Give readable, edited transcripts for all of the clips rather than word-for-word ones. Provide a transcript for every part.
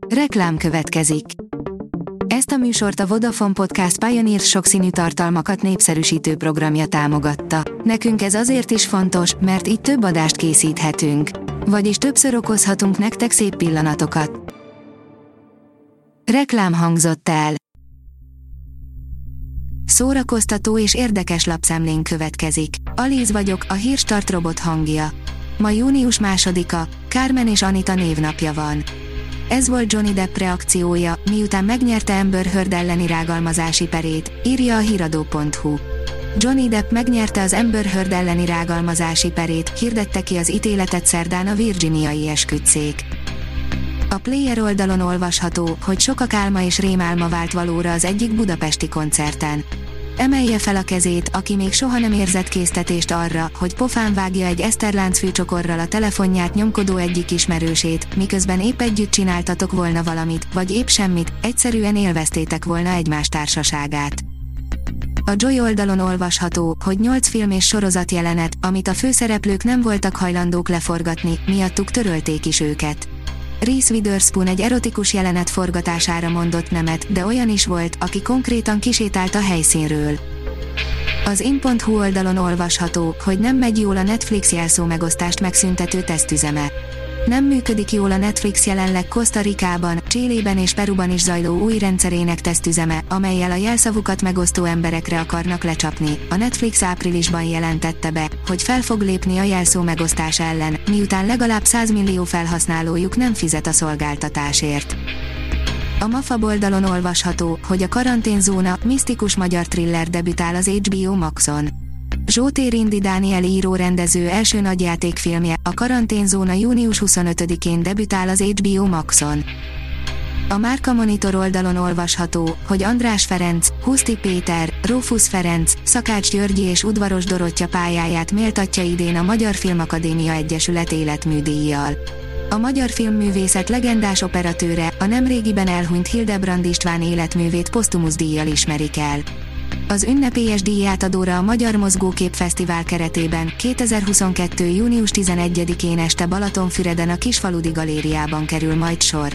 Reklám következik. Ezt a műsort a Vodafone Podcast Pioneer sokszínű tartalmakat népszerűsítő programja támogatta. Nekünk ez azért is fontos, mert így több adást készíthetünk. Vagyis többször okozhatunk nektek szép pillanatokat. Reklám hangzott el. Szórakoztató és érdekes lapszemlén következik. Alíz vagyok, a Hírstart robot hangja. Ma június 2-a, Carmen és Anita névnapja van. Ez volt Johnny Depp reakciója, miután megnyerte Amber Heard elleni rágalmazási perét, írja a hiradó.hu. Johnny Depp megnyerte az Amber Heard elleni rágalmazási perét, hirdette ki az ítéletet szerdán a virginiai esküdtszék. A Player oldalon olvasható, hogy sokak álma és rémálma vált valóra az egyik budapesti koncerten. Emelje fel a kezét, aki még soha nem érzett késztetést arra, hogy pofán vágja egy eszterlánc fűcsokorral a telefonját nyomkodó egyik ismerősét, miközben épp együtt csináltatok volna valamit, vagy épp semmit, egyszerűen élveztétek volna egymás társaságát. A Joy oldalon olvasható, hogy 8 film és sorozat jelenet, amit a főszereplők nem voltak hajlandók leforgatni, miattuk törölték is őket. Reese Witherspoon egy erotikus jelenet forgatására mondott nemet, de olyan is volt, aki konkrétan kisétált a helyszínről. Az in.hu oldalon olvasható, hogy nem megy jól a Netflix jelszómegosztást megszüntető tesztüzeme. Nem működik jól a Netflix jelenleg Costa Ricában, Chilében és Peruban is zajló új rendszerének tesztüzeme, amellyel a jelszavukat megosztó emberekre akarnak lecsapni. A Netflix áprilisban jelentette be, hogy fel fog lépni a jelszómegosztás ellen, miután legalább 100 millió felhasználójuk nem fizet a szolgáltatásért. A Mafab oldalon olvasható, hogy a Karanténzóna misztikus magyar thriller debütál az HBO Maxon. Zsótér Indi Dániel író-rendező első nagyjátékfilmje, a Karanténzóna június 25-én debütál az HBO Maxon. A Márka Monitor oldalon olvasható, hogy András Ferenc, Huszti Péter, Rófusz Ferenc, Szakács Györgyi és Udvaros Dorottya pályáját méltatja idén a Magyar Filmakadémia Egyesület életműdíjjal. A magyar filmművészet legendás operatőre, a nemrégiben elhunyt Hildebrand István életművét posztumusz díjjal ismerik el. Az ünnepélyes díjátadóra a Magyar Mozgókép Fesztivál keretében 2022. június 11-én este Balatonfüreden a Kisfaludi Galériában kerül majd sor.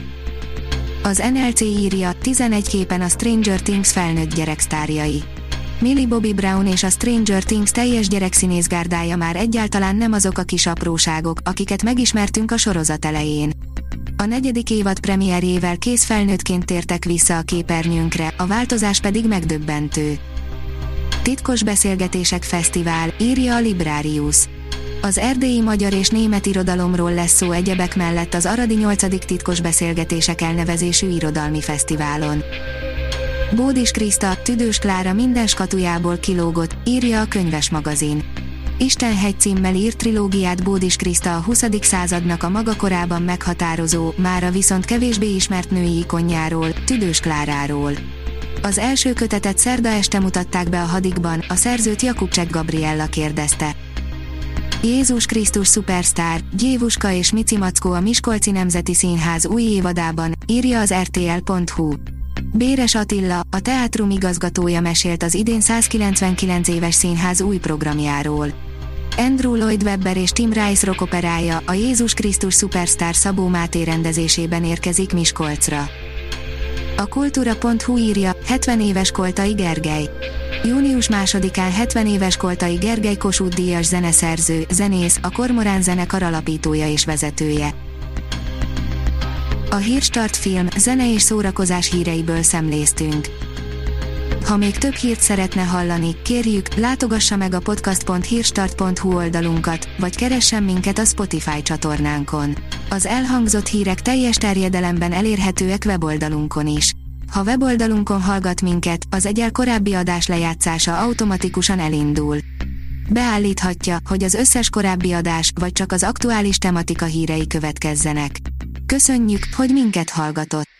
Az NLC írja, 11 képen a Stranger Things felnőtt gyereksztárjai. Millie Bobby Brown és a Stranger Things teljes gyerekszínészgárdája már egyáltalán nem azok a kis apróságok, akiket megismertünk a sorozat elején. A 4. évad premierjével kész felnőttként tértek vissza a képernyőnkre, a változás pedig megdöbbentő. Titkos beszélgetések fesztivál, írja a Librarius. Az erdélyi magyar és német irodalomról lesz szó egyebek mellett az aradi 8. Titkos beszélgetések elnevezésű irodalmi fesztiválon. Bódis Kriszta, Tüdős Klára minden skatujából kilógott, írja a Könyves magazin. Istenhegy címmel írt trilógiát Bódis Kriszta a 20. századnak a maga korában meghatározó, mára viszont kevésbé ismert női ikonjáról, Tüdős Kláráról. Az első kötetet szerda este mutatták be a Hadikban, a szerzőt Jakubcsek Gabriella kérdezte. Jézus Krisztus szupersztár, Gyévuska és Mici Mackó a Miskolci Nemzeti Színház új évadában, írja az rtl.hu. Béres Attila, a teátrum igazgatója mesélt az idén 199 éves színház új programjáról. Andrew Lloyd Webber és Tim Rice rockoperája, a Jézus Krisztus szupersztár Szabó Máté rendezésében érkezik Miskolcra. A kultúra.hu írja, 70 éves Koltai Gergely. Június 2-án 70 éves Koltai Gergely Kossuth díjas zeneszerző, zenész, a Kormorán zenekar alapítója és vezetője. A Hírstart film, zene és szórakozás híreiből szemléztünk. Ha még több hírt szeretne hallani, kérjük, látogassa meg a podcast.hírstart.hu oldalunkat, vagy keressen minket a Spotify csatornánkon. Az elhangzott hírek teljes terjedelemben elérhetőek weboldalunkon is. Ha weboldalunkon hallgat minket, az egyel korábbi adás lejátszása automatikusan elindul. Beállíthatja, hogy az összes korábbi adás, vagy csak az aktuális tematika hírei következzenek. Köszönjük, hogy minket hallgatott!